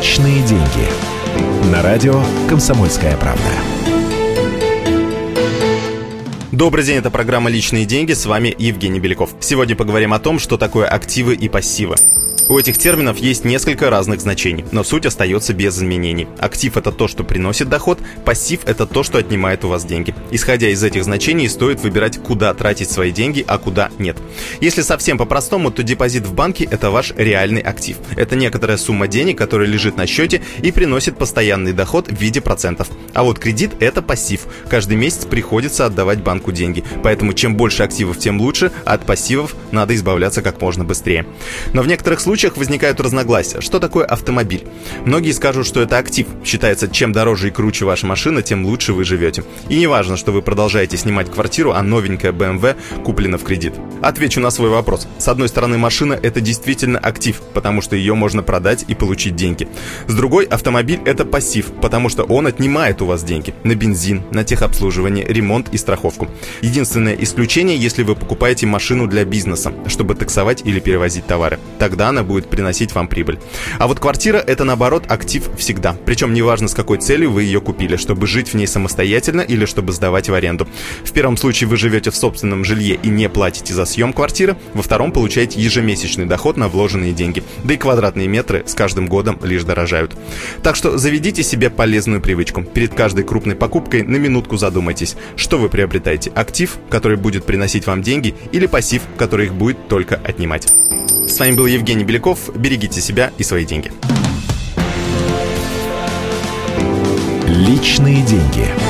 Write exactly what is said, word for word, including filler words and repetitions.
Личные деньги. На радио «Комсомольская правда». Добрый день, это программа «Личные деньги», с вами Евгений Беляков. Сегодня поговорим о том, что такое активы и пассивы. У этих терминов есть несколько разных значений, но суть остается без изменений. Актив – это то, что приносит доход, пассив – это то, что отнимает у вас деньги. Исходя из этих значений, стоит выбирать, куда тратить свои деньги, а куда нет. Если совсем по-простому, то депозит в банке – это ваш реальный актив. Это некоторая сумма денег, которая лежит на счете и приносит постоянный доход в виде процентов. А вот кредит – это пассив. Каждый месяц приходится отдавать банку деньги. Поэтому чем больше активов, тем лучше, а от пассивов надо избавляться как можно быстрее. Но в некоторых случаях В случаях возникают разногласия. Что такое автомобиль? Многие скажут, что это актив. Считается, чем дороже и круче ваша машина, тем лучше вы живете. И не важно, что вы продолжаете снимать квартиру, а новенькая бэ эм вэ куплена в кредит. Отвечу на свой вопрос. С одной стороны, машина – это действительно актив, потому что ее можно продать и получить деньги. С другой, автомобиль – это пассив, потому что он отнимает у вас деньги на бензин, на техобслуживание, ремонт и страховку. Единственное исключение, если вы покупаете машину для бизнеса, чтобы таксовать или перевозить товары. Тогда она будет приносить вам прибыль. А вот квартира – это, наоборот, актив всегда. Причем неважно, с какой целью вы ее купили, чтобы жить в ней самостоятельно или чтобы сдавать в аренду. В первом случае вы живете в собственном жилье и не платите за съем квартиры, во втором получаете ежемесячный доход на вложенные деньги. Да и квадратные метры с каждым годом лишь дорожают. Так что заведите себе полезную привычку. Перед каждой крупной покупкой на минутку задумайтесь, что вы приобретаете: актив, который будет приносить вам деньги, или пассив, который их будет только отнимать. С вами был Евгений Беляков. Берегите себя и свои деньги. Личные деньги.